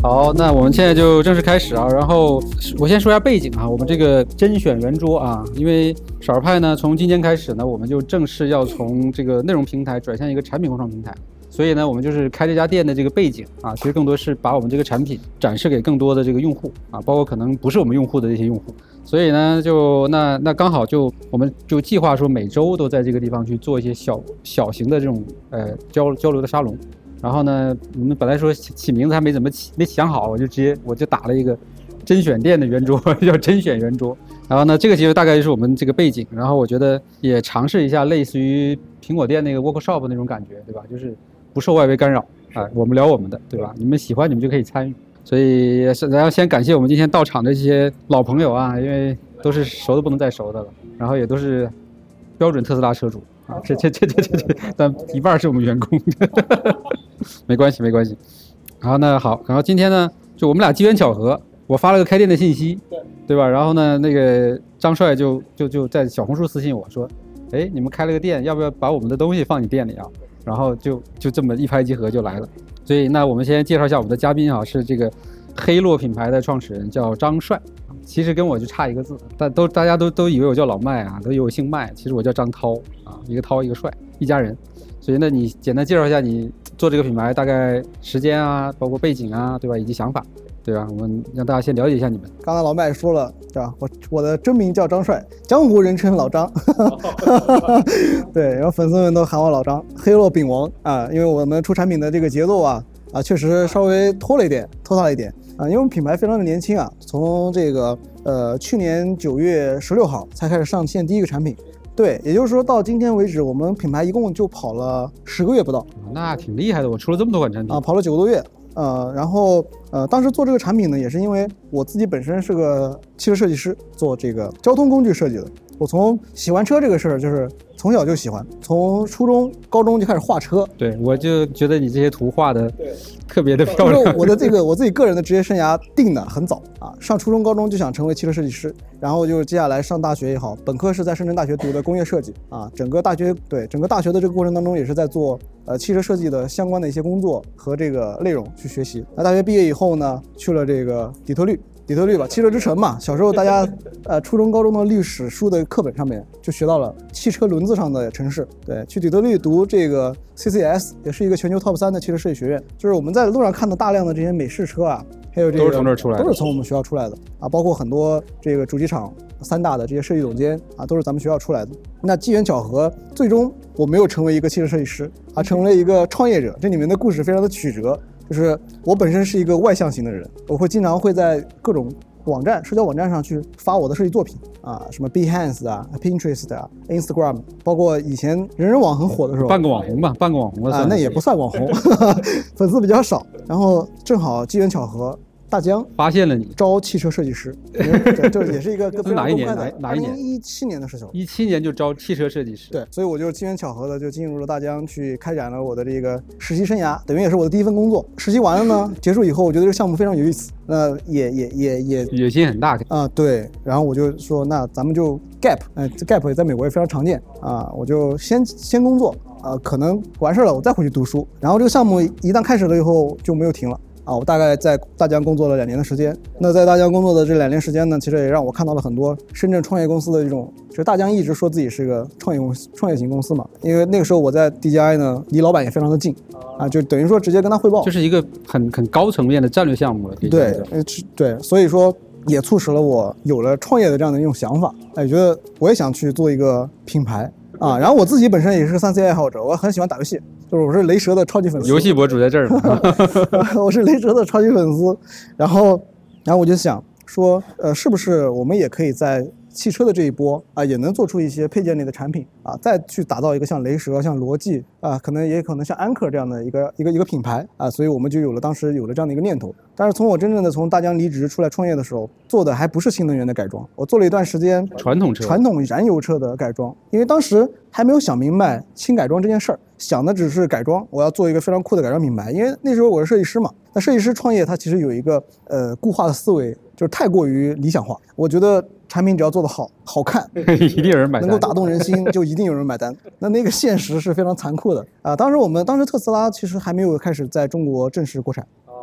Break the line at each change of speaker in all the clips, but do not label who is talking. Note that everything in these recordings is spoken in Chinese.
好，那我们现在就正式开始啊。然后我先说一下背景啊，我们这个甄选圆桌啊，因为少儿派呢，从今天开始呢，我们就正式要从这个内容平台转向一个产品共创平台。所以呢，我们就是开这家店的这个背景啊，其实更多是把我们这个产品展示给更多的这个用户啊，包括可能不是我们用户的这些用户。所以呢，就那刚好我们就计划说每周都在这个地方去做一些小型的这种交流的沙龙。然后呢，我们本来说起名字还没想好，我就打了一个甄选店的圆桌，叫甄选圆桌。然后呢，这个其实大概就是我们这个背景。然后我觉得也尝试一下类似于苹果店那个 workshop 那种感觉，对吧？就是不受外围干扰啊，我们聊我们的，对吧？你们喜欢你们就可以参与。所以然后先感谢我们今天到场的这些老朋友啊，因为都是熟的不能再熟的了，然后也都是标准特斯拉车主啊，这，但一半是我们员工。没关系。然后呢，好，然后今天呢，就我们俩机缘巧合，我发了个开店的信息，对吧？然后呢，那个张帅就在小红书私信我说，哎，你们开了个店，要不要把我们的东西放你店里啊？然后就这么一拍即合就来了。所以那我们先介绍一下我们的嘉宾啊，是这个黑洛品牌的创始人，叫张帅。其实跟我就差一个字，但大家都以为我叫老麦啊，都以为我姓麦，其实我叫张涛啊，一个涛一个帅，一家人。所以呢，你简单介绍一下你做这个品牌大概时间啊，包括背景啊，对吧？以及想法，对吧？我们让大家先了解一下你们。
刚才老麦说了，对吧？我的真名叫张帅，江湖人称老张。对，然后粉丝们都喊我老张，黑洛饼王啊，因为我们出产品的这个节奏啊确实稍微拖沓了一点啊，因为我们品牌非常的年轻啊，从这个去年9月16号才开始上线第一个产品。对，也就是说到今天为止，我们品牌一共就跑了10个月不到。
那挺厉害的，我出了这么多款产品
啊，跑了9个多月。然后当时做这个产品呢，也是因为我自己本身是个汽车设计师，做这个交通工具设计的。我从喜欢车这个事儿，就是从小就喜欢，从初中、高中就开始画车。
对，我就觉得你这些图画的特别的漂亮。
我自己个人的职业生涯定的很早啊，上初中、高中就想成为汽车设计师，然后就接下来上大学也好，本科是在深圳大学读的工业设计啊，整个大学的这个过程当中也是在做汽车设计的相关的一些工作和这个内容去学习。那大学毕业以后呢，去了这个底特律吧，汽车之城嘛。小时候大家初中高中的历史书的课本上面就学到了汽车轮子上的城市。对，去底特律读这个 CCS， 也是一个全球 Top 3的汽车设计学院。就是我们在路上看的大量的这些美式车啊，还有这个
都是从这儿出来的，
都是从我们学校出来的啊，包括很多这个主机厂3大的这些设计总监啊，都是咱们学校出来的。那机缘巧合，最终我没有成为一个汽车设计师啊，成为了一个创业者。这里面的故事非常的曲折。就是我本身是一个外向型的人，我经常会在各种社交网站上去发我的设计作品啊，什么 Behance 啊、Pinterest 啊、Instagram， 包括以前人人网很火的时候，
半个网红了
啊，那也不算网红，粉丝比较少。然后正好机缘巧合，大疆
发现了你，
招汽车设计师，这也是一个
是哪一年
？2017年的事情
，17年就招汽车设计师。
对，所以我就机缘巧合的就进入了大疆，去开展了我的这个实习生涯，等于也是我的第一份工作。实习完了呢，结束以后，我觉得这个项目非常有意思，那也
野心很大
啊，对。然后我就说，那咱们就 gap 也在美国也非常常见啊，我就先工作啊，可能完事了我再回去读书。然后这个项目一旦开始了以后就没有停了。啊，我大概在大疆工作了2年的时间。那在大疆工作的这2年时间呢，其实也让我看到了很多深圳创业公司的这种，就是大疆一直说自己是个创业型公司嘛。因为那个时候我在 DJI 呢，离老板也非常的近啊，就等于说直接跟他汇报，
就是一个很高层面的战略项目了。
对，所以说也促使了我有了创业的这样的一种想法。哎，觉得我也想去做一个品牌啊。然后我自己本身也是个3C 爱好者，我很喜欢打游戏。就是我是雷蛇的超级粉丝，
游戏博主在这儿
我是雷蛇的超级粉丝。然后我就想说，是不是我们也可以在汽车的这一波啊，也能做出一些配件类的产品啊，再去打造一个像雷蛇、像罗技啊，可能像安克这样的一个品牌啊。所以我们就当时有了这样的一个念头。但是我真正的从大疆离职出来创业的时候，做的还不是新能源的改装，我做了一段时间传统燃油车的改装，因为当时还没有想明白轻改装这件事儿，想的只是改装，我要做一个非常酷的改装品牌。因为那时候我是设计师嘛，那设计师创业他其实有一个固化的思维，就是太过于理想化。我觉得产品只要做得好看，
一定有人买单，
能够打动人心，就一定有人买单。那个现实是非常残酷的啊！当时特斯拉其实还没有开始在中国正式国产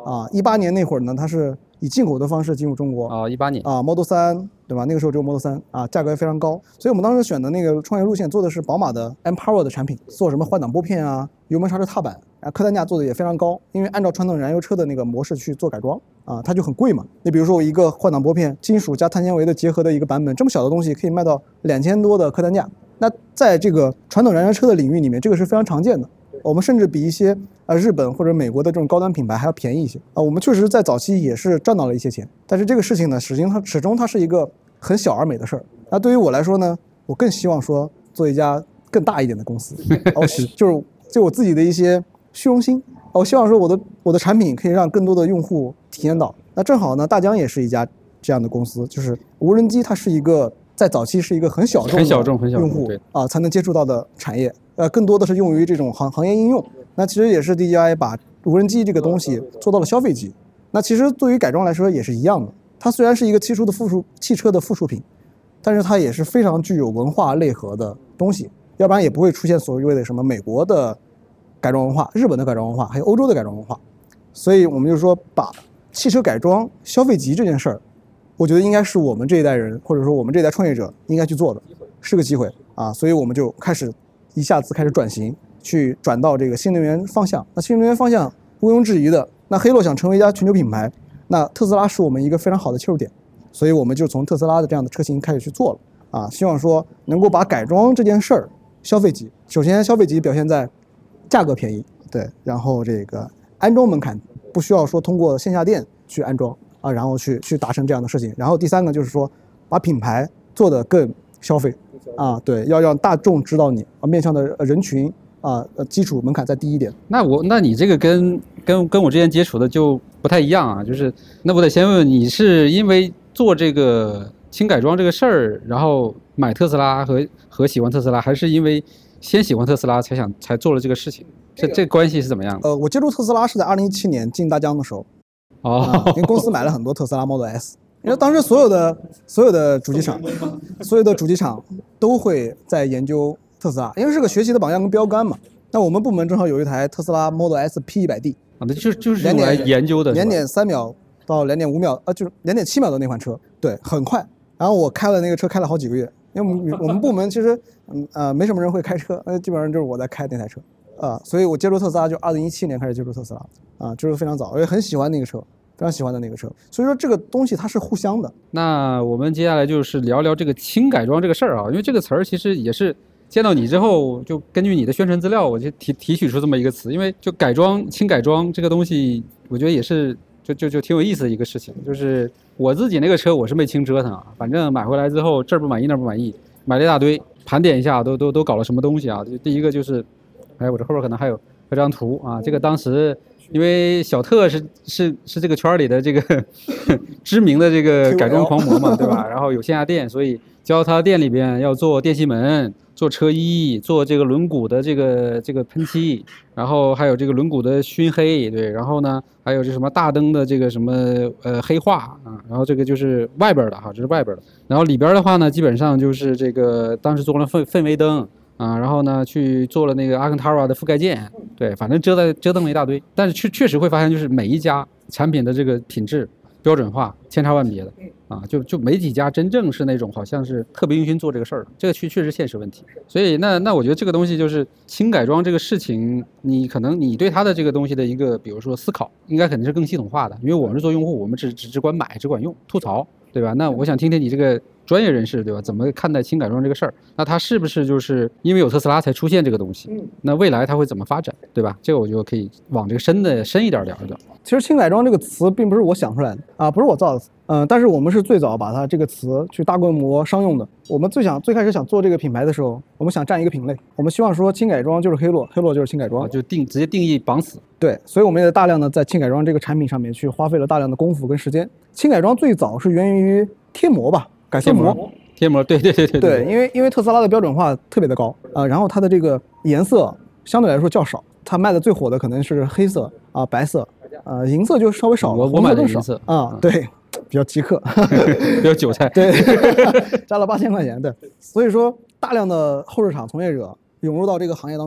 啊，18年那会儿呢，它是以进口的方式进入中国
啊，18年
啊，Model 3对吧？那个时候只有 Model 3啊，价格也非常高，所以我们当时选的那个创业路线做的是宝马的 M-Power 的产品，做什么换挡拨片啊、油门刹车踏板啊，客单价做的也非常高，因为按照传统燃油车的那个模式去做改装啊，它就很贵嘛。你比如说我一个换挡拨片，金属加碳纤维的结合的一个版本，这么小的东西可以卖到2000多的客单价，那在这个传统燃油车的领域里面，这个是非常常见的。我们甚至比一些日本或者美国的这种高端品牌还要便宜一些啊。我们确实在早期也是赚到了一些钱，但是这个事情呢，始终它是一个很小而美的事儿。那对于我来说呢，我更希望说做一家更大一点的公司，就我自己的一些虚荣心，我希望说我的产品可以让更多的用户体验到。那正好呢，大疆也是一家这样的公司，就是无人机它是一个在早期是一个很小众的用户啊才能接触到的产业。更多的是用于这种行业应用。那其实也是 DJI 把无人机这个东西做到了消费级。那其实对于改装来说也是一样的，它虽然是一个汽车的附属品，但是它也是非常具有文化内核的东西，要不然也不会出现所谓的什么美国的改装文化、日本的改装文化，还有欧洲的改装文化。所以我们就说把汽车改装消费级这件事儿，我觉得应该是我们这一代人或者说我们这一代创业者应该去做的，是个机会啊。所以我们就一下子开始转型，去转到这个新能源方向。那新能源方向毋庸置疑的，那黑洛想成为一家全球品牌，那特斯拉是我们一个非常好的切入点，所以我们就从特斯拉的这样的车型开始去做了啊。希望说能够把改装这件事儿消费级，首先消费级表现在价格便宜，对，然后这个安装门槛不需要说通过线下店去安装啊，然后去达成这样的事情。然后第三个就是说把品牌做得更消费啊，对，要让大众知道你啊，面向的人群啊，基础门槛再低一点。
那你这个跟我之前接触的就不太一样啊，就是那我得先问问你是因为做这个轻改装这个事儿，然后买特斯拉和喜欢特斯拉，还是因为先喜欢特斯拉才做了这个事情？这关系是怎么样的？
我接触特斯拉是在2017年进大疆的时候，因为公司买了很多特斯拉 Model S。因为当时所有的主机厂都会在研究特斯拉，因为是个学习的榜样跟标杆嘛。那我们部门正好有一台特斯拉 Model S P100D
啊，那就是用来研究的
，0.3秒到0.5秒就是0.7秒的那款车，对，很快。然后我开了那个车开了好几个月，因为我们部门其实没什么人会开车，基本上就是我在开那台车所以我接触特斯拉就2017年开始接触特斯拉就是非常早，我也很喜欢那个车。非常喜欢的那个车，所以说这个东西它是互相的。
那我们接下来就是聊聊这个轻改装这个事儿啊，因为这个词儿其实也是见到你之后，就根据你的宣传资料，我就提取出这么一个词，因为就轻改装这个东西，我觉得也是就挺有意思的一个事情。就是我自己那个车我是没轻折腾啊，反正买回来之后这儿不满意那儿不满意，买了一大堆，盘点一下都搞了什么东西啊？就第一个就是，我这后边可能还有张图啊，这个当时。因为小特是这个圈里的这个知名的这个改装狂魔嘛，对吧？然后有线下店，所以教他店里边要做电吸门、做车衣、做这个轮毂的这个喷漆，然后还有这个轮毂的熏黑，对，然后呢还有这什么大灯的这个什么黑化啊，然后这个就是外边的哈，这是外边的，然后里边的话呢，基本上就是这个当时做了氛围灯。然后呢，去做了那个阿肯塔瓦的覆盖件，对，反正折腾了一大堆，但是确实会发现，就是每一家产品的这个品质标准化千差万别的就没几家真正是那种好像是特别用心做这个事儿的，这个确实现实问题。所以那我觉得这个东西就是轻改装这个事情，可能你对它的这个东西的一个比如说思考，应该肯定是更系统化的，因为我们是做用户，我们只管买，只管用，吐槽，对吧？那我想听听你这个专业人士，对吧？怎么看待轻改装这个事儿？那它是不是就是因为有特斯拉才出现这个东西？那未来它会怎么发展，对吧？这个我就可以往这个深一点聊一聊。
其实轻改装这个词并不是我想出来的不是我造的，但是我们是最早把它这个词去大规模商用的。我们最开始想做这个品牌的时候，我们想占一个品类，我们希望说轻改装就是黑洛就是轻改装，
就直接定义绑死。
对，所以我们也大量的在轻改装这个产品上面去花费了大量的功夫跟时间。轻改装最早是源于贴膜吧，改色膜。
贴膜，对，
因为特斯拉的标准化特别的高然后它的这个颜色相对来说较少，它卖的最火的可能是黑色白色银色就稍微少了，
我买的银色
对，比较极客
比较韭菜，
对加了8000块钱，对，所以说大量的后市场从业者涌入到这个行业当中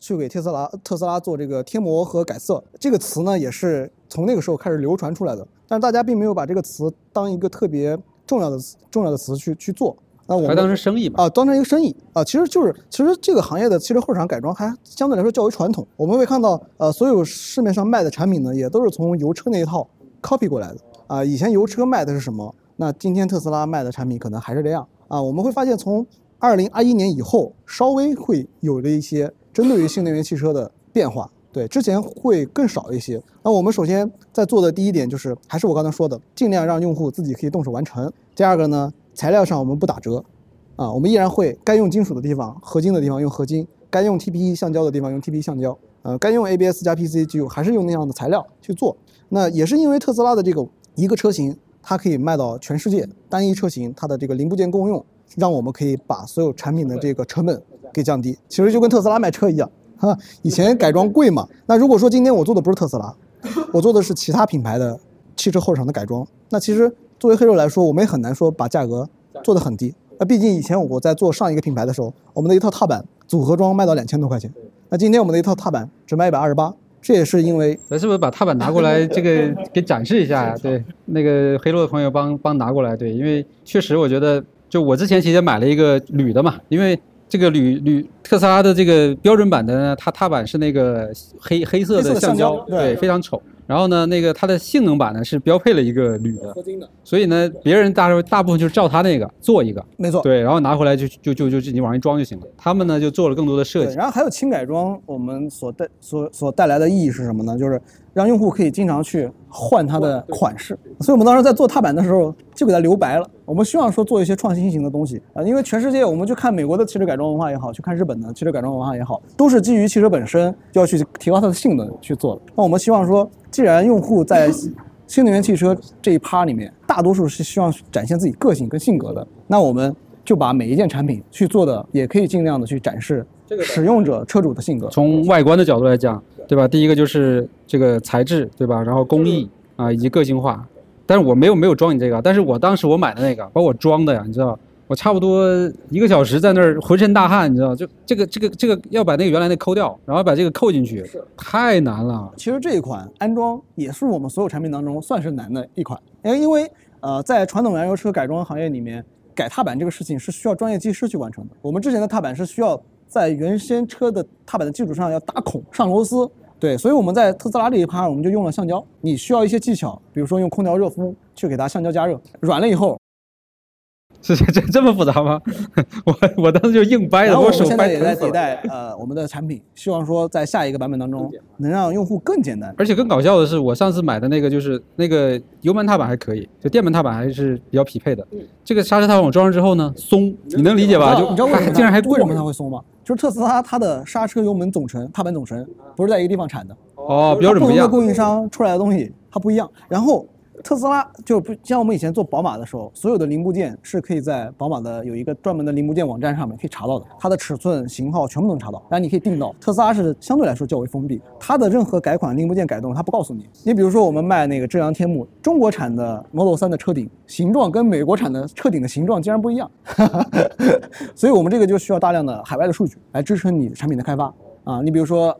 去给特斯拉做这个贴膜和改色，这个词呢也是从那个时候开始流传出来的，但是大家并没有把这个词当一个特别重要的词去做。那我们
还当成生意嘛？
当成一个生意其实这个行业的汽车后厂改装还相对来说较为传统。我们会看到所有市面上卖的产品呢，也都是从油车那一套 copy 过来的以前油车卖的是什么，那今天特斯拉卖的产品可能还是这样我们会发现从2021年以后，稍微会有了一些针对于新能源汽车的变化。对，之前会更少一些。那我们首先在做的第一点就是，还是我刚才说的，尽量让用户自己可以动手完成。第二个呢，材料上我们不打折我们依然会该用金属的地方、合金的地方用合金，该用 TPE 橡胶的地方用 TPE 橡胶，该用 ABS 加 PCU 还是用那样的材料去做。那也是因为特斯拉的这个一个车型，它可以卖到全世界，单一车型它的这个零部件共用，让我们可以把所有产品的这个成本给降低。其实就跟特斯拉卖车一样。以前改装贵嘛，那如果说今天我做的不是特斯拉，我做的是其他品牌的汽车后厂的改装，那其实作为黑肉来说，我们也很难说把价格做得很低。那毕竟以前我在做上一个品牌的时候，我们的一套踏板组合装卖到2000多块钱，那今天我们的一套踏板只卖128，这也是因为
咱是不是把踏板拿过来这个给展示一下呀？对，那个黑肉的朋友帮拿过来。对，因为确实我觉得，就我之前其实买了一个铝的嘛，因为这个铝特斯拉的这个标准版的呢，它踏板是那个黑色的橡胶，对，非常丑。然后呢，那个它的性能版呢是标配了一个铝的，合金的。所以呢，别人大部分就是照它那个做一个，
没错，
对，然后拿回来就你往上一装就行了。他们呢就做了更多的设计。
然后还有轻改装，我们所带来的意义是什么呢？就是让用户可以经常去换它的款式。所以我们当时在做踏板的时候就给它留白了。我们希望说做一些创新型的东西因为全世界我们去看美国的汽车改装文化也好，去看日本的汽车改装文化也好，都是基于汽车本身就要去提高它的性能去做的。那我们希望说，既然用户在新能源汽车这一趴里面，大多数是希望展现自己个性跟性格的，那我们就把每一件产品去做的，也可以尽量的去展示使用者车主的性格。
从外观的角度来讲，对吧？第一个就是这个材质，对吧？然后工艺以及个性化。但是我没有装你这个，但是我当时我买的那个，把我装的呀，你知道，我差不多1个小时在那儿浑身大汗，你知道，就这个要把那个原来那抠掉，然后把这个扣进去，太难了。
其实这一款安装也是我们所有产品当中算是难的一款，因为在传统燃油车改装行业里面，改踏板这个事情是需要专业技师去完成的。我们之前的踏板是需要在原先车的踏板的基础上要打孔上螺丝。对，所以我们在特斯拉这一趴，我们就用了橡胶。你需要一些技巧，比如说用空调热敷去给它橡胶加热，软了以后，
是这么复杂吗？我当时就硬掰的，
我手现在也在迭代我们的产品，希望说在下一个版本当中能让用户更简单。
而且更搞笑的是，我上次买的那个就是那个油门踏板还可以，就电门踏板还是比较匹配的。这个刹车踏板我装上之后呢，松，你能理解吧？
你知道
竟然还
为什么它会松吗？就是特斯拉它的刹车油门总成、踏板总成不是在一个地方产的
标准不一样，
不同的供应商出来的东西它不一样。然后特斯拉就不像我们以前做宝马的时候，所有的零部件是可以在宝马的有一个专门的零部件网站上面可以查到的，它的尺寸、型号全部能查到，然后你可以订到。特斯拉是相对来说较为封闭，它的任何改款零部件改动它不告诉你。你比如说我们卖那个遮阳天幕，中国产的 Model 3的车顶形状跟美国产的车顶的形状竟然不一样，所以我们这个就需要大量的海外的数据来支撑你产品的开发。你比如说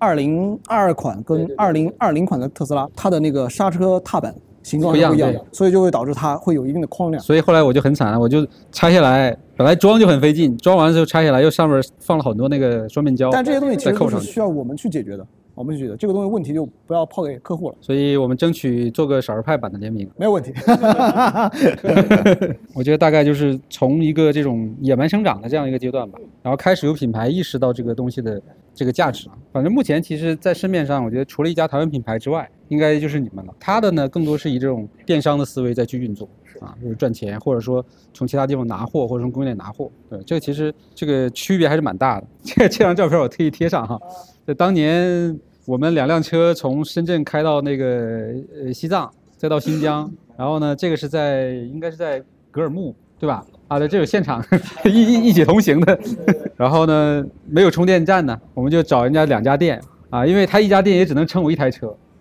2022款跟2020款的特斯拉，它的那个刹车踏板形状是不一样的，所以就会导致它会有一定的框量。
所以后来我就很惨了，我就拆下来，本来装就很费劲，装完之后拆下来，又上面放了很多那个双面胶。
但这些东西其实都是需要我们去解决的，这个东西问题就不要抛给客户了。
所以我们争取做个少儿派版的联名，
没有问题。
我觉得大概就是从一个这种野蛮生长的这样一个阶段吧，然后开始有品牌意识到这个东西的这个价值。反正目前其实在市面上，我觉得除了一家台湾品牌之外，应该就是你们了。它的呢更多是以这种电商的思维再去运作就是赚钱，或者说从其他地方拿货，或者从供应链拿货。对，这个其实这个区别还是蛮大的。这张照片我特意贴上哈，在当年我们2辆车从深圳开到那个西藏，再到新疆，然后呢，这个是应该是在格尔木，对吧？对，这有现场一起同行的。然后呢，没有充电站呢，我们就找人家2家店因为他1家店也只能撑我1台车。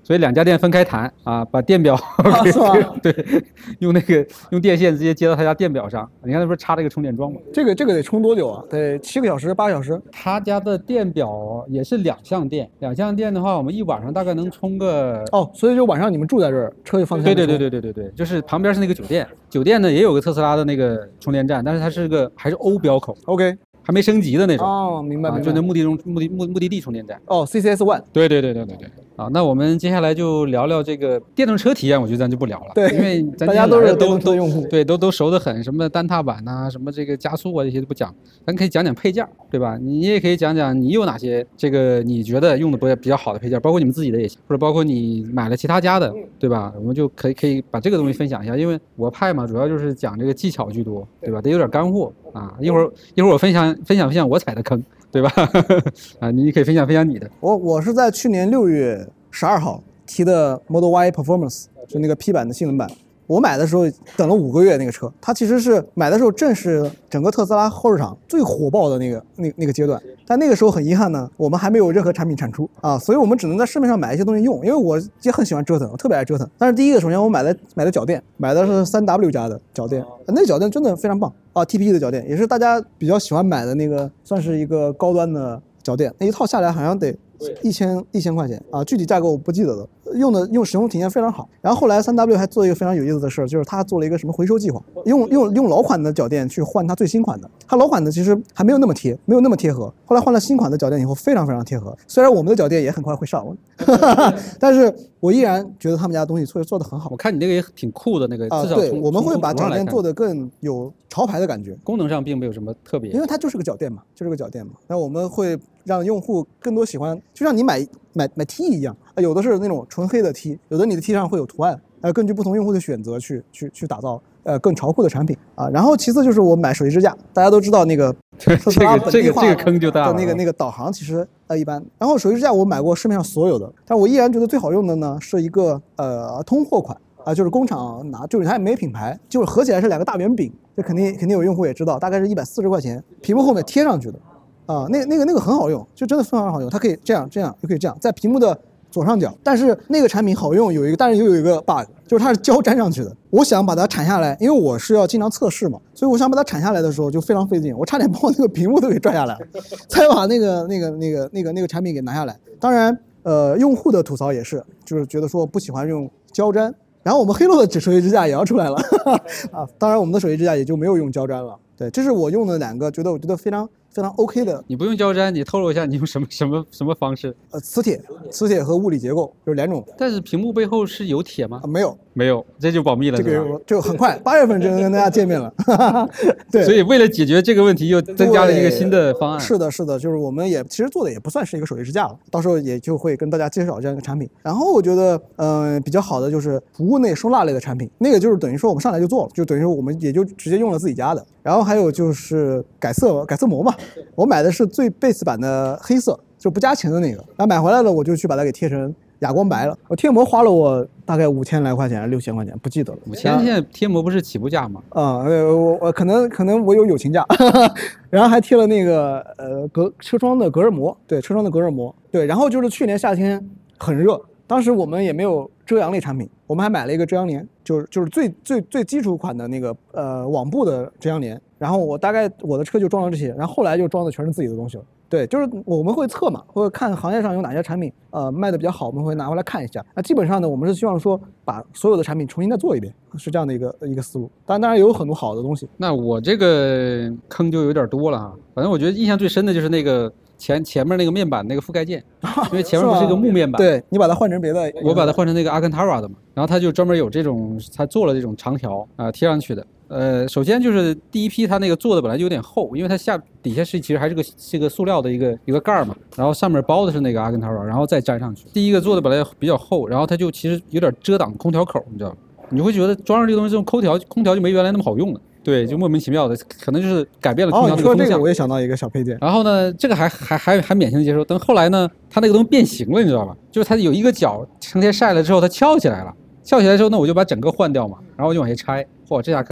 所以两家店分开谈啊，把电表
是吧？
对，用电线直接接到他家电表上。你看他不是插了一个充电桩吗？
这个得充多久啊？得7个小时、8个小时？
他家的电表也是2项电，2项电的话，我们一晚上大概能充个
所以就晚上你们住在这儿，车就放在
对，就是旁边是那个酒店，酒店呢也有个特斯拉的那个充电站，但是它是个还是欧标口
，OK，
还没升级的那种。
明白，
就那目的地充电站。
CCS One。
对。那我们接下来就聊聊这个电动车体验，我觉得咱就不聊了，
对，
因为咱
大家都是电动车用户，
对，都熟得很，什么单踏板呐，什么这个加速啊，这些都不讲，咱可以讲讲配件，对吧？你也可以讲讲你有哪些这个你觉得用的比较好的配件，包括你们自己的也行，或者包括你买了其他家的，对吧？我们就可以把这个东西分享一下，因为我派嘛，主要就是讲这个技巧居多，对吧？得有点干货啊。一会儿我分享我踩的坑，对吧？啊，你可以分享你的。
我是在去年6月12号提的 Model Y Performance， 就那个 P 版的性能版。我买的时候等了5个月，那个车它其实是买的时候正是整个特斯拉后市场最火爆的那个阶段，但那个时候很遗憾呢，我们还没有任何产品产出啊，所以我们只能在市面上买一些东西用。因为我也很喜欢折腾，我特别爱折腾。但是第一个，首先我买的脚垫，买的是3W 家的脚垫，那脚垫真的非常棒啊 ，TPE 的脚垫也是大家比较喜欢买的那个，算是一个高端的脚垫，那一套下来好像得1000块钱啊，具体价格我不记得了。使用体验非常好。然后后来3W 还做一个非常有意思的事，就是他做了一个什么回收计划，用老款的脚垫去换它最新款的。它老款的其实还没有那么贴合，后来换了新款的脚垫以后非常非常贴合。虽然我们的脚垫也很快会上，但是我依然觉得他们家的东西做得很好。
我看你那个也挺酷的那个，至少
对，我们会把脚垫做得更有潮牌的感觉。
功能上并没有什么特别，
因为它就是个脚垫嘛，那我们会让用户更多喜欢，就像你买 T 一样，有的是那种纯黑的 T， 有的你的 T 上会有图案，根据不同用户的选择去打造更潮酷的产品啊。然后其次就是我买手机支架，大家都知道那个特斯拉本地化
这个坑就大了，
那个导航其实一般。然后手机支架我买过市面上所有的，但我依然觉得最好用的呢是一个通货款啊，就是工厂拿，就是它也没品牌，就是合起来是2个大圆饼，这肯定有用户也知道，大概是140块钱，屏幕后面贴上去的啊，那个很好用，就真的非常好用，它可以这样又可以这样，在屏幕的左上角。但是那个产品好用但是又有一个 bug， 就是它是胶粘上去的。我想把它铲下来，因为我是要经常测试嘛，所以我想把它铲下来的时候就非常费劲，我差点把我那个屏幕都给拽下来，才把那个产品给拿下来。当然，用户的吐槽也是，就是觉得说不喜欢用胶粘。然后我们黑洛的手机支架也要出来了啊，当然我们的手机支架也就没有用胶粘了。对，这是我用的2个，我觉得非常非常 OK 的。
你不用胶粘，你透露一下你用什么方式？
磁铁和物理结构就是2种。
但是屏幕背后是有铁吗？
没有，
这就保密了。
这个就很快8月份就能跟大家见面了。对，
所以为了解决这个问题，又增加了一个新的方案。
是的，就是我们也其实做的也不算是一个手机支架了，到时候也就会跟大家介绍这样一个产品。然后我觉得比较好的就是服务内收纳类的产品，那个就是等于说我们上来就做了，就等于说我们也就直接用了自己家的。然后还有就是改色膜嘛，我买的是最 base 版的黑色，就不加钱的那个。然后买回来了，我就去把它给贴成哑光白了。我贴膜花了我大概5000来块钱还是6000块钱，不记得了。
5000现在贴膜不是起步价吗？
我可能我有友情价，然后还贴了那个车窗的隔热膜，对，车窗的隔热膜，对。然后就是去年夏天很热，当时我们也没有遮阳类产品，我们还买了一个遮阳帘，就是最基础款的那个网布的遮阳帘。然后我的车就装了这些，然后后来就装的全是自己的东西了。对，就是我们会测嘛，会看行业上有哪些产品卖的比较好，我们会拿回来看一下。那基本上呢，我们是希望说把所有的产品重新再做一遍，是这样的一个思路。当然有很多好的东西。
那我这个坑就有点多了啊。反正我觉得印象最深的就是那个前面那个面板那个覆盖件，因为前面不是一个木面板，
对，你把它换成别的，
我把它换成那个阿坎塔拉的嘛，然后它就专门有这种，它做了这种长条贴上去的。首先就是第一批它那个做的本来就有点厚，因为它底下其实还是个塑料的一个盖嘛，然后上面包的是那个阿坎塔拉，然后再粘上去。第一个做的本来比较厚，然后它就其实有点遮挡空调口，你知道吗？你会觉得装上这个东西，这种空调就没原来那么好用了。对，就莫名其妙的，可能就是改变了空调的风向。
你说这个我也想到一个小配件。
然后呢，这个还勉强接受，等后来呢，它那个东西变形了，你知道吧？就是它有一个角成天晒了之后，它翘起来了。翘起来之后呢，我就把整个换掉嘛，然后我就往下拆。嚯，这下可好，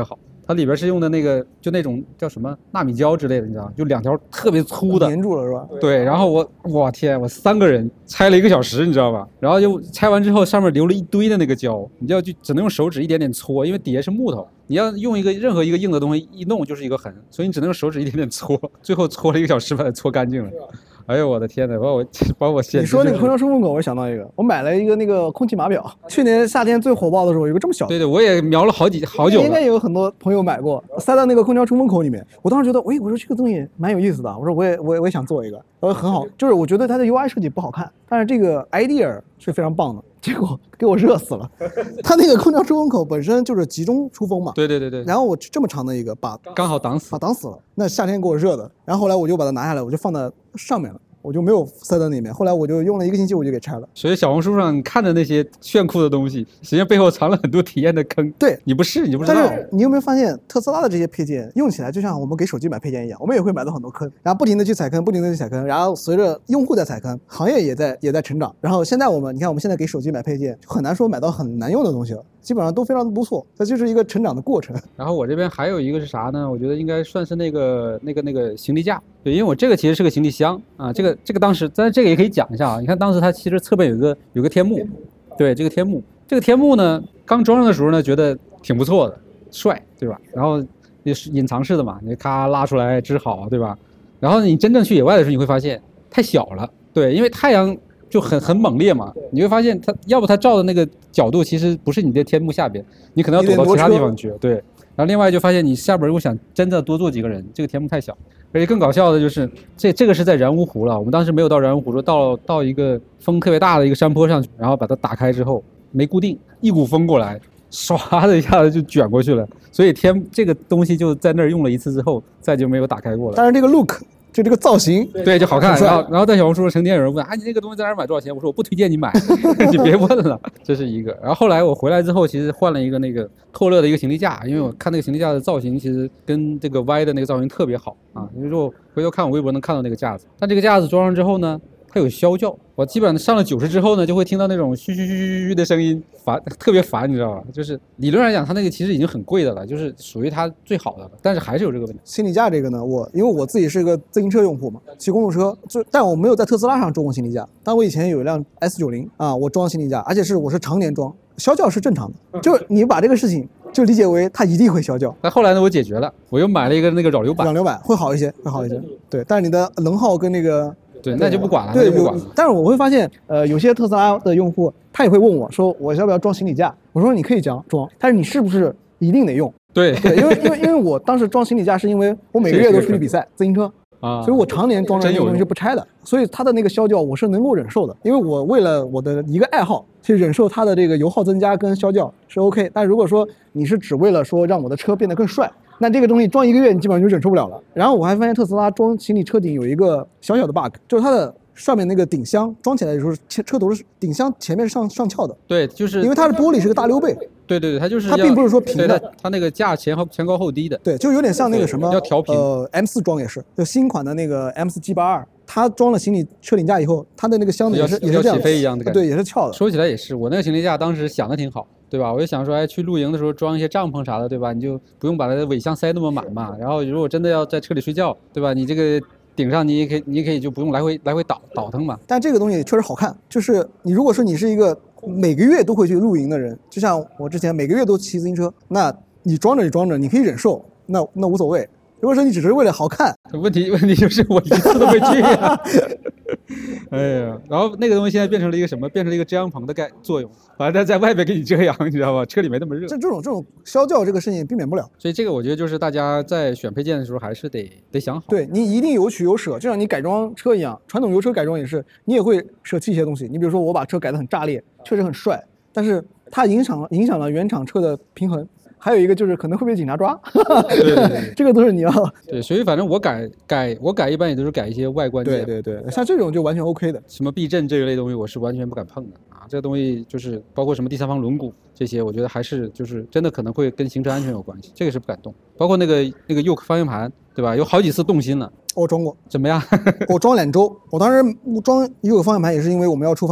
它里边是用的那个就那种叫什么纳米胶之类的，你知道吗？就2条特别粗的，
粘住了是吧？
对，然后我天，我3个人拆了1个小时，你知道吧？然后就拆完之后，上面留了一堆的那个胶，你就只能用手指一点点搓，因为底下是木头，你要用任何一个硬的东西一弄就是一个痕，所以你只能用手指一点点搓，最后搓了1个小时把它搓干净了。哎呦我的天呐，把我
你说那个空调出风口，我想到一个，我买了一个那个空气码表，去年夏天最火爆的时候，有个这么小的。
对，我也瞄了好久了，
应该有很多朋友买过，塞到那个空调出风口里面。我当时觉得，我说这个东西蛮有意思的，我说我也想做一个，我说很好，就是我觉得它的 UI 设计不好看，但是这个 idea 是非常棒的，结果给我热死了。它那个空调出风口本身就是集中出风嘛，
对，
然后我这么长的一个
刚好挡死
了，那夏天给我热的，然后后来我就把它拿下来，我就放在上面了。我就没有塞在里面，后来我就用了1个星期，我就给拆了。
所以小红书上你看的那些炫酷的东西，实际上背后藏了很多体验的坑。
对，
你不知道。
但是你有没有发现，特斯拉的这些配件用起来就像我们给手机买配件一样，我们也会买到很多坑，然后不停的去踩坑，然后随着用户在踩坑，行业也在成长。然后现在我们现在给手机买配件，很难说买到很难用的东西了，基本上都非常的不错，这就是一个成长的过程。
然后我这边还有一个是啥呢？我觉得应该算是那个行李架。对，因为我这个其实是个行李箱啊，这个当时，但是这个也可以讲一下啊。你看当时它其实侧边有个天幕，对，这个天幕呢，刚装上的时候呢，觉得挺不错的，帅，对吧？然后也是隐藏式的嘛，你咔拉出来支好，对吧？然后你真正去野外的时候，你会发现太小了，对，因为太阳就很猛烈嘛，你会发现它照的那个角度其实不是你的天幕下边，你可能要躲到其他地方去，对。然后另外就发现你下边如果想真的多坐几个人，这个天幕太小。而且更搞笑的就是这个是在然乌湖了，我们当时没有到然乌湖，说到一个风特别大的一个山坡上去，然后把它打开之后没固定，一股风过来，唰的一下子就卷过去了，所以这个东西就在那儿用了1次之后，再就没有打开过了。
但是这个 look。就这个造型，
对，就好看。然后在小红书上成天有人问啊，你那个东西在哪儿买多少钱？我说我不推荐你买，你别问了，这是一个。然后后来我回来之后，其实换了一个那个透乐的一个行李架，因为我看那个行李架的造型其实跟这个 Y 的那个造型特别好啊。因为说回头看我微博能看到那个架子，但这个架子装上之后呢，它有消叫，我基本上上了90之后呢，就会听到那种嘘嘘嘘嘘嘘的声音，特别烦，你知道吧？就是理论上讲，它那个其实已经很贵的了，就是属于它最好的了，但是还是有这个问题。
行李架这个呢，因为我自己是一个自行车用户嘛，骑公路车，但我没有在特斯拉上装过行李架，但我以前有一辆 S90啊，我装行李架，而且我是常年装，消叫是正常的，就是你把这个事情就理解为它一定会消叫。
但后来呢，我解决了，我又买了一个那个扰流板
会好一些，对，但是你的能耗跟那个。
对，那就不管了。
对，但是我会发现，有些特斯拉的用户，他也会问我说，我要不要装行李架？我说你可以装，但是你是不是一定得用？
对，
因为我当时装行李架是因为我每个月都出去比赛自行车啊，所以我常年装着这个东西是不拆的，所以它的那个消叫我是能够忍受的，因为我为了我的一个爱好去忍受它的这个油耗增加跟消叫是 OK。但如果说你是只为了说让我的车变得更帅，那这个东西装1个月你基本上就忍受不了了。然后我还发现特斯拉装行李车顶有一个小小的 bug， 就是它的上面那个顶箱装起来的时候，车头是顶箱前面是上翘的。
对，就是
因为它的玻璃是个大溜背。
对，它就是
它并不是说平的，
它那个架前高后低的。
对，就有点像那个什么
要调平。
M4装也是，就新款的那个 M4G82，它装了行李车顶架以后，它的那个箱子也是这样
起飞一样的感觉。
对，也是翘的。
说起来也是，我那个行李架当时想的挺好。对吧？我就想说，哎，去露营的时候装一些帐篷啥的，对吧？你就不用把它的尾箱塞那么满嘛。然后如果真的要在车里睡觉，对吧？你这个顶上你也可以就不用来回倒腾嘛。
但这个东西确实好看，就是你如果说你是一个每个月都会去露营的人，就像我之前每个月都骑自行车，那你装着，你可以忍受，那无所谓。如果说你只是为了好看，
问题就是我一次都没去啊。哎呀，然后那个东西现在变成了一个什么？变成了一个遮阳棚的作用，反正在外边给你遮阳，你知道吧？车里没那么热。
这种消叫这个事情避免不了，
所以这个我觉得就是大家在选配件的时候还是得想好。
对，你一定有取有舍，就像你改装车一样，传统油车改装也是，你也会舍弃一些东西。你比如说我把车改得很炸裂，确实很帅，但是它影响了原厂车的平衡。还有一个就是可能会被警察抓，
对，
这个都是你要
对，所以反正我改一般也都是改一些外观件，
对，像这种就完全 OK 的。
什么避震这一类东西我是完全不敢碰的啊，这个东西就是包括什么第三方轮毂这些，我觉得还是就是真的可能会跟行车安全有关系，这个是不敢动。包括那个 Yoke 方向盘，对吧？有好几次动心了。
我装过，
怎么样？
我装2周。我当时装Yoke方向盘也是因为我们要出方向盘，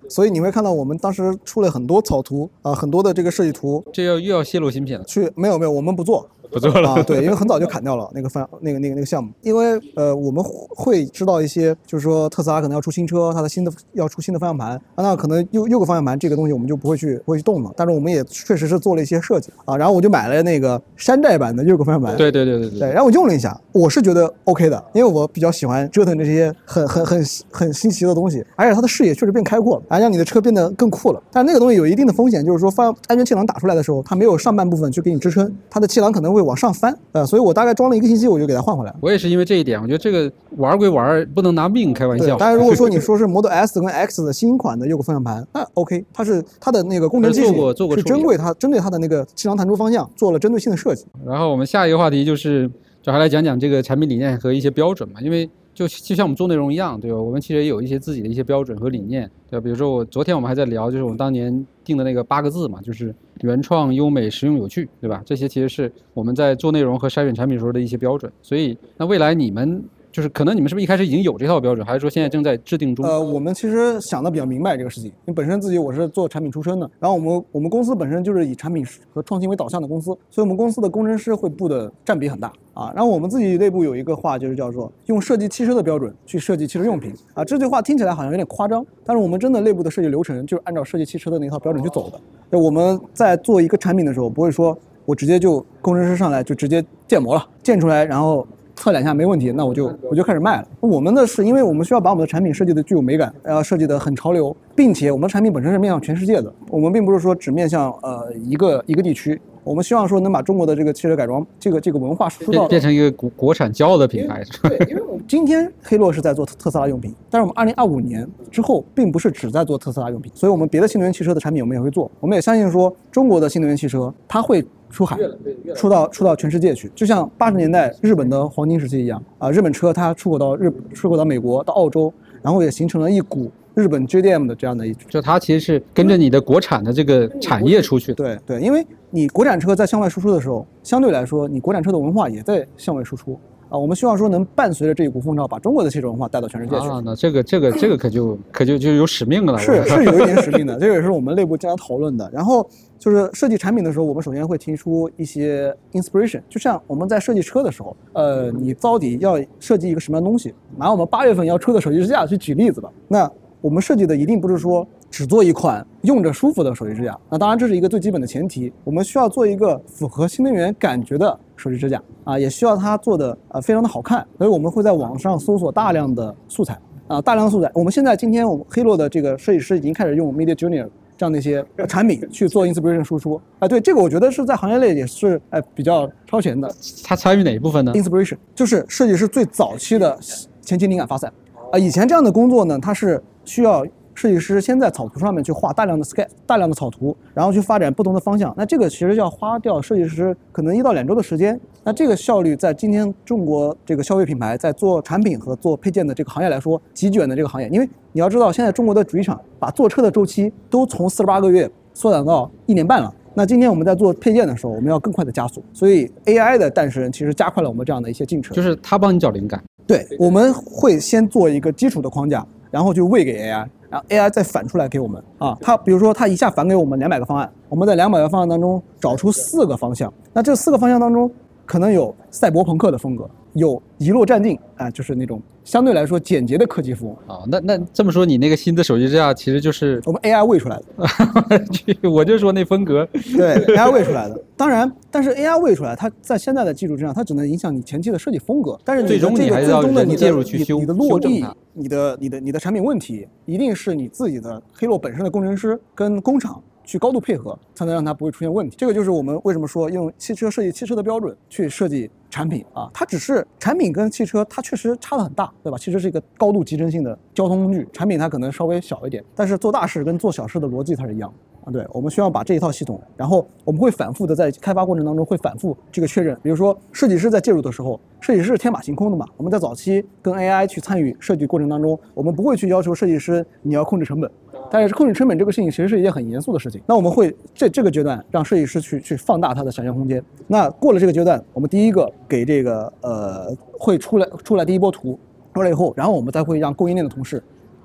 所以你会看到我们当时出了很多草图很多的这个设计图。
这又要泄露芯片了？
没有，我们不做。
不做了
对，因为很早就砍掉了那个项目，因为我们会知道一些，就是说特斯拉可能要出新车，它的要出新的方向盘那可能6个方向盘这个东西我们就不会去动了，但是我们也确实是做了一些设计然后我就买了那个山寨版的6个方向盘。
对，
然后我用了一下，我是觉得 OK 的，因为我比较喜欢折腾这些很新奇的东西，而且它的视野确实变开阔了，让你的车变得更酷了。但是那个东西有一定的风险，就是说安全气囊打出来的时候，它没有上半部分去给你支撑，它的气囊可能会往上翻所以我大概装了1个星期我就给它换回来了。
我也是因为这一点，我觉得这个玩归玩，不能拿命开玩笑。
当然如果说你说是 Model S 跟 X 的新款的6个方向盘，那 OK， 它的那个工程技术是针对它的那个气囊弹出方向做了针对性的设计。
然后我们下一个话题就是找还来讲讲这个产品理念和一些标准嘛，因为就像我们做内容一样，对吧？我们其实也有一些自己的一些标准和理念，对吧？比如说昨天我们还在聊，就是我们当年定的那个8个字嘛，就是原创、优美、实用、有趣，对吧？这些其实是我们在做内容和筛选产品时候的一些标准。所以那未来你们就是可能你们是不是一开始已经有这套标准，还是说现在正在制定中？
我们其实想的比较明白这个事情，因为本身自己我是做产品出身的，然后我们公司本身就是以产品和创新为导向的公司，所以我们公司的工程师会布的占比很大然后我们自己内部有一个话就是叫做用设计汽车的标准去设计汽车用品这句话听起来好像有点夸张，但是我们真的内部的设计流程就是按照设计汽车的那套标准去走的。我们在做一个产品的时候，不会说我直接就工程师上来就直接建模了，建出来然后测2下没问题，那我就开始卖了。我们的是因为我们需要把我们的产品设计的具有美感，设计的很潮流，并且我们的产品本身是面向全世界的，我们并不是说只面向一个地区。我们希望说能把中国的这个汽车改装这个文化输出到
变成一个国产骄傲的品牌。
对，因为我们今天黑洛是在做特斯拉用品，但是我们2025年之后并不是只在做特斯拉用品，所以我们别的新能源汽车的产品我们也会做。我们也相信说中国的新能源汽车它会出海，出到全世界去，就像80年代日本的黄金时期一样日本车它出口到美国到澳洲，然后也形成了一股日本 JDM 的这样的
就它其实是跟着你的国产的这个产业出去
的。对，因为你国产车在向外输出的时候，相对来说你国产车的文化也在向外输出我们希望说能伴随着这一股风潮，把中国的汽车文化带到全世界去
那这个可就有使命了。
是有一点使命的，这个也是我们内部经常讨论的。然后就是设计产品的时候，我们首先会提出一些 inspiration， 就像我们在设计车的时候，你到底要设计一个什么样的东西？拿我们8月份要出的手机支架去举例子吧。那我们设计的一定不是说只做一款用着舒服的手机支架，那当然这是一个最基本的前提。我们需要做一个符合新能源感觉的手机支架也需要它做的非常的好看，所以我们会在网上搜索大量的素材大量的素材。我们今天我们黑洛的这个设计师已经开始用 Media Junior 这样的一些产品去做 inspiration 输出对，这个我觉得是在行业内也是比较超前的。
他参与哪一部分呢？
inspiration 就是设计师最早期的前期灵感发散以前这样的工作呢，它是需要设计师先在草图上面去画大量的 sketch， 大量的草图，然后去发展不同的方向。那这个其实要花掉设计师可能1到2周的时间。那这个效率在今天中国这个消费品牌在做产品和做配件的这个行业来说，极卷的这个行业。因为你要知道，现在中国的主机厂把做车的周期都从48个月缩短到1年半了。那今天我们在做配件的时候，我们要更快的加速，所以 AI 的诞生其实加快了我们这样的一些进程。
就是它帮你找灵感。
对，我们会先做一个基础的框架，然后就喂给 AI， 然后 AI 再反出来给我们它比如说它一下反给我们200个方案，我们在200个方案当中找出4个方向，那这4个方向当中可能有赛博朋克的风格，有遗落战境就是那种相对来说简洁的科技风
那这么说，你那个新的手机支架其实就是
我们 AI 喂出来
的我就说那风格
对 AI 喂出来的。当然，但是 AI 喂出来，它在现在的技术之上，它只能影响你前期的设计风格，但是
最终你还是要人介入去修
你的落地，你的产品问题，一定是你自己的黑洛本身的工程师跟工厂去高度配合，才能让它不会出现问题。这个就是我们为什么说用汽车设计汽车的标准去设计产品它只是产品跟汽车它确实差得很大，对吧？汽车是一个高度集成性的交通工具，产品它可能稍微小一点，但是做大事跟做小事的逻辑它是一样对，我们需要把这一套系统，然后我们会反复的在开发过程当中会反复这个确认。比如说设计师在介入的时候，设计师是天马行空的嘛，我们在早期跟 AI 去参与设计过程当中，我们不会去要求设计师你要控制成本，但是控制成本这个事情其实是一件很严肃的事情。那我们会这个阶段让设计师去放大它的想象空间。那过了这个阶段，我们第一个给这个会出来第一波图出来以后，然后我们再会让供应链的同事跟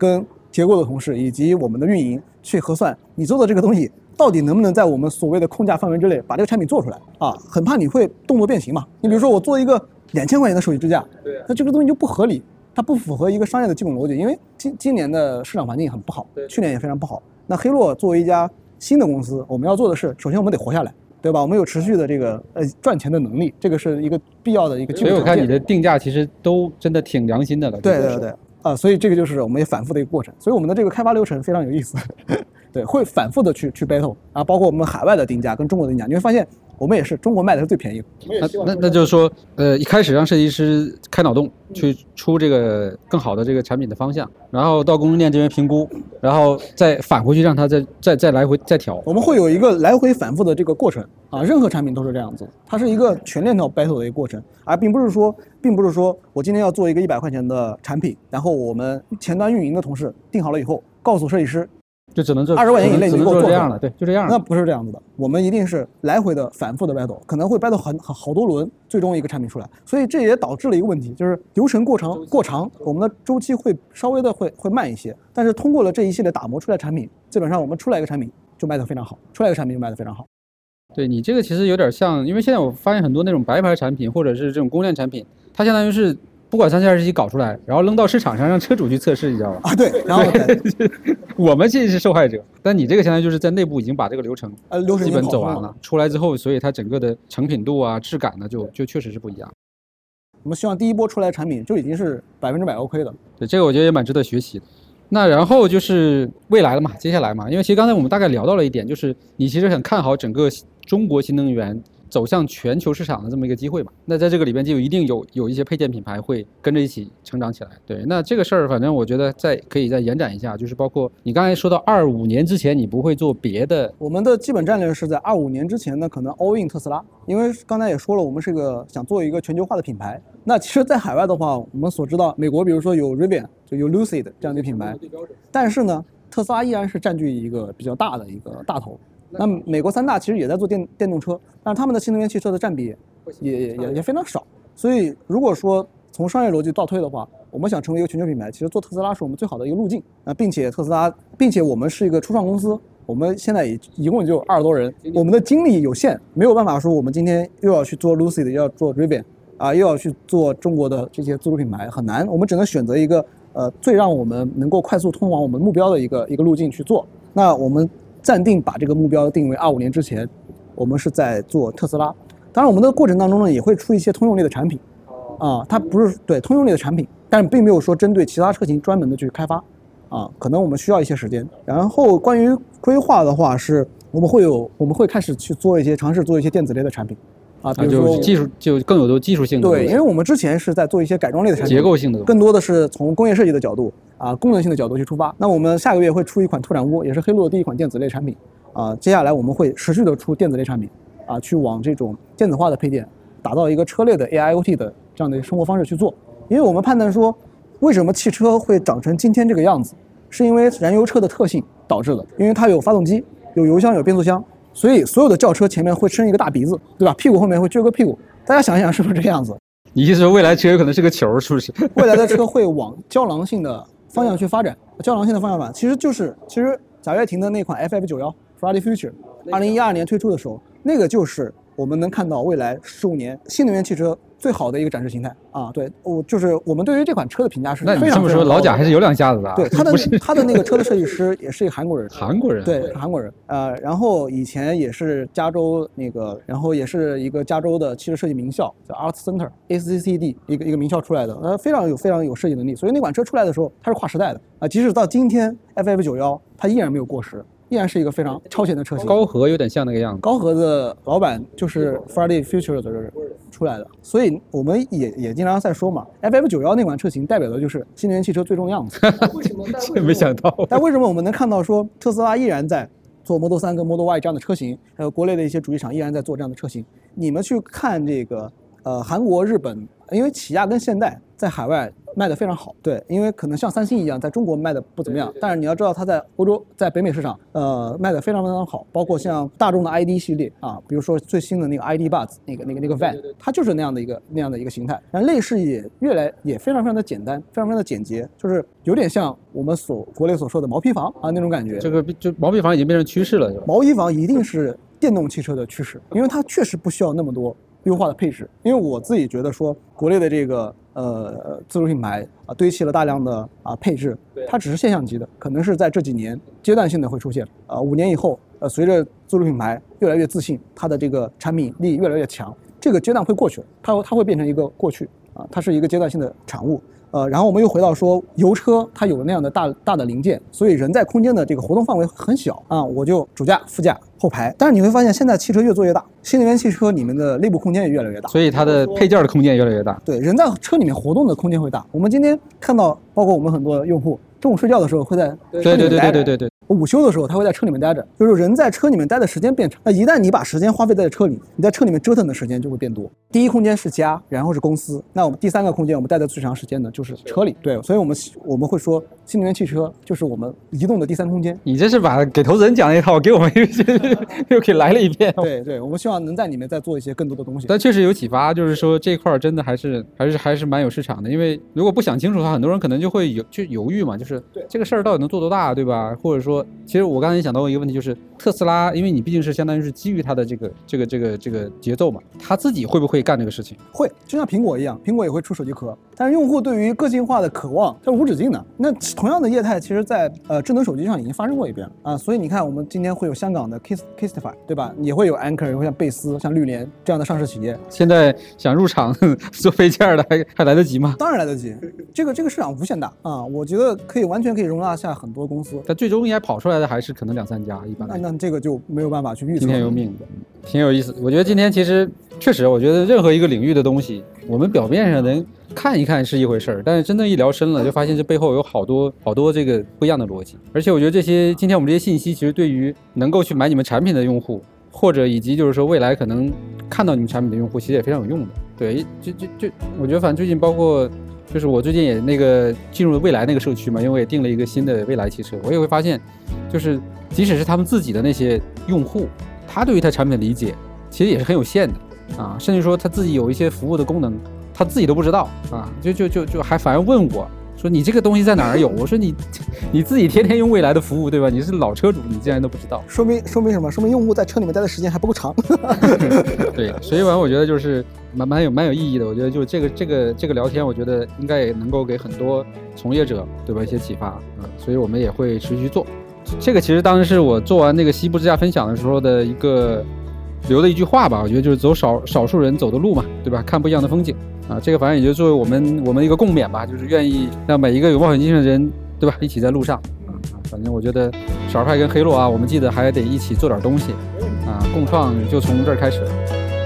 结构的同事以及我们的运营去核算你做的这个东西到底能不能在我们所谓的控价范围之内把这个产品做出来啊？很怕你会动作变形嘛。你比如说我做一个2000块钱的手机支架，那这个东西就不合理，它不符合一个商业的基本逻辑。因为今年的市场环境很不好，去年也非常不好。那黑洛作为一家新的公司，我们要做的是，首先我们得活下来，对吧？我们有持续的这个赚钱的能力，这个是一个必要的一个基本条件。
所以我看你的定价其实都真的挺良心的了。
对所以这个就是我们也反复的一个过程。所以我们的这个开发流程非常有意思，对，会反复的去 battle 啊，包括我们海外的定价跟中国的定价，你会发现我们也是中国卖的是最便宜的。
那就是说，一开始让设计师开脑洞去出这个更好的这个产品的方向，然后到供应链这边评估，然后再返回去让他再来回再调。
我们会有一个来回反复的这个过程啊，任何产品都是这样子，它是一个全链条 battle 的一个过程，而并不是说我今天要做一个100块钱的产品，然后我们前端运营的同事定好了以后，告诉设计师。
就只能这
20块钱以内你给我做
这样了，对，就这样了。
那不是这样子的，我们一定是来回的反复的 battle， 可能会 battle 好多轮，最终一个产品出来。所以这也导致了一个问题，就是流程过长，我们的周期会稍微的会慢一些。但是通过了这一系列打磨出来产品，基本上我们出来一个产品就卖得非常好，
对，你这个其实有点像，因为现在我发现很多那种白牌产品或者是这种公链产品，它相当于是不管3/27搞出来，然后扔到市场上让车主去测试，你知道吧？
啊，对，然后
我们其实是受害者，但你这个相当于就是在内部已经把这个流程基本走完了，出来之后，所以它整个的成品度啊、质感呢，就确实是不一样。
我们希望第一波出来的产品就已经是100% OK 的。
对，这个我觉得也蛮值得学习的。那然后就是未来了嘛，接下来嘛，因为其实刚才我们大概聊到了一点，就是你其实很看好整个中国新能源走向全球市场的这么一个机会嘛。那在这个里边就一定有一些配件品牌会跟着一起成长起来。对，那这个事儿反正我觉得可以再延展一下，就是包括你刚才说到25年之前你不会做别的。
我们的基本战略是在25年之前呢，可能 all in 特斯拉，因为刚才也说了，我们是想做一个全球化的品牌。那其实在海外的话，我们所知道美国比如说有 Rivian 就有 Lucid 这样的品牌，但是呢特斯拉依然是占据一个比较大的一个大头。那美国3大其实也在做电动车，但是他们的新能源汽车的占比也非常少。所以如果说从商业逻辑倒推的话，我们想成为一个全球品牌，其实做特斯拉是我们最好的一个路径。并且我们是一个初创公司，我们现在一共就20多人，我们的精力有限，没有办法说我们今天又要去做 Lucid， 又要做 Rivian， 又要去做中国的这些自主品牌，很难。我们只能选择一个最让我们能够快速通往我们目标的一个路径去做。那我们暂定把这个目标定为25年之前，我们是在做特斯拉。当然，我们的过程当中呢，也会出一些通用类的产品，它不是对通用类的产品，但并没有说针对其他车型专门的去开发，可能我们需要一些时间。然后关于规划的话，是我们会开始去尝试做一些电子类的产品，比如说
技术就更有技术性的。
对，因为我们之前是在做一些改装类的产品，
结构性的，
更多的是从工业设计的角度功能性的角度去出发。那我们下个月会出一款拓展坞，也是黑洛的第一款电子类产品接下来我们会持续的出电子类产品去往这种电子化的配件，打造一个车类的 AIoT 的这样的生活方式去做。因为我们判断说，为什么汽车会长成今天这个样子，是因为燃油车的特性导致的。因为它有发动机、有油箱、有变速箱，所以所有的轿车前面会伸一个大鼻子，对吧？屁股后面会撅个屁股。大家想一想，是不是这个样子？
你意思说未来车有可能是个球，是不是？
未来的车会往胶囊性的方向去发展。胶囊性的方向其实贾跃亭的那款 FF91 Friday Future 2012年推出的时候，那个就是我们能看到未来15年新能源汽车最好的一个展示形态对，我们对于这款车的评价是非常。
那你这么说，老贾还是有两下子的。
对，他的那个车的设计师也是一个韩国人。对，是韩国人。然后以前也是加州然后也是一个加州的汽车设计名校，叫 Art Center ACCD 一个名校出来的，非常有设计能力。所以那款车出来的时候，它是跨时代的即使到今天 FF91 它依然没有过时。依然是一个非常超前的车型。
高和有点像那个样子。
高和的老板就是 Friday Future 的出来的，所以我们也经常在说嘛 ，FF91 那款车型代表的就是新能源汽车最终样子。
为什么？这没想到。
但为什么我们能看到说特斯拉依然在做 Model 3跟 Model Y 这样的车型，还有国内的一些主机厂依然在做这样的车型？你们去看这个韩国、日本，因为起亚跟现代在海外卖得非常好，对，因为可能像三星一样，在中国卖的不怎么样，但是你要知道它在欧洲、在北美市场，卖得非常非常好，包括像大众的 ID 系列啊，比如说最新的那个 ID Buds 那个 Van， 它就是那样的一个形态，然后内饰也非常非常的简单，非常非常的简洁，就是有点像我们国内所说的毛坯房啊那种感觉。
这个就毛坯房已经变成趋势了，是吧？
毛坯房一定是电动汽车的趋势，因为它确实不需要那么多优化的配置。因为我自己觉得说，国内的这个自主品牌堆砌了大量的配置，它只是现象级的，可能是在这几年阶段性的会出现。5年以后，随着自主品牌越来越自信，它的这个产品力越来越强，这个阶段会过去，它会变成一个过去它是一个阶段性的产物。然后我们又回到说，油车它有那样的大的零件，所以人在空间的这个活动范围很小啊，我就主驾、副驾、后排。但是你会发现，现在汽车越做越大，新能源汽车里面的内部空间也越来越大，
所以它的配件的空间也越来越大。
对，人在车里面活动的空间会大。我们今天看到，包括我们很多用户中午睡觉的时候会在车里面待着，
对。
午休的时候他会在车里面待着，就是人在车里面待的时间变长。那一旦你把时间花费在车里，你在车里面折腾的时间就会变多。第一空间是家，然后是公司，那我们第三个空间我们待的最长时间的就是车里。对，所以我们会说，新能源汽车就是我们移动的第三空间。
你这是把给投资人讲那一套，给我们又给来了一遍。
对，我们希望能在里面再做一些更多的东西。
但确实有启发，就是说这块真的还是蛮有市场的。因为如果不想清楚的话，很多人可能就会犹豫嘛，就是这个事儿到底能做多大，对吧？或者说，其实我刚才也想到一个问题，就是特斯拉，因为你毕竟是相当于是基于它的这个节奏嘛，它自己会不会干这个事情？
会，就像苹果一样，苹果也会出手机壳，但是用户对于个性化的渴望它是无止境的。那同样的业态，其实在智能手机上已经发生过一遍啊。所以你看，我们今天会有香港的 Kistify， 对吧？也会有 Anker， 也会像贝斯、像绿联这样的上市企业。
现在想入场做配件的还来得及吗？
当然来得及，这个市场无限大啊，我觉得完全可以容纳下很多公司。
但最终应该跑出来的还是可能2-3家，一般来。
那这个就没有办法去预测。
听天由命的，挺有意思。我觉得今天其实确实，我觉得任何一个领域的东西，我们表面上能看一看是一回事儿，但是真正一聊深了，就发现这背后有好多这个不一样的逻辑。而且我觉得今天我们这些信息，其实对于能够去买你们产品的用户，或者以及就是说未来可能看到你们产品的用户，其实也非常有用的。对，就我觉得反正最近包括。就是我最近也那个进入了未来那个社区嘛，因为我也订了一个新的未来汽车，我也会发现，就是即使是他们自己的那些用户，他对于他产品的理解其实也是很有限的啊，甚至说他自己有一些服务的功能，他自己都不知道啊，就还反而问我说你这个东西在哪儿有？我说你自己天天用未来的服务对吧？你是老车主，你竟然都不知道，
说明什么？说明用户在车里面待的时间还不够长。
对，所以我觉得就是蛮有意义的。我觉得就这个聊天，我觉得应该也能够给很多从业者对吧一些启发所以我们也会持续做。这个其实当时是我做完那个西部之家分享的时候的一个留的一句话吧，我觉得就是走少数人走的路嘛，对吧？看不一样的风景这个反正也就作为我们一个共勉吧，就是愿意让每一个有冒险精神的人，对吧？一起在路上反正我觉得少儿派跟黑洛我们记得还得一起做点东西共创就从这儿开始。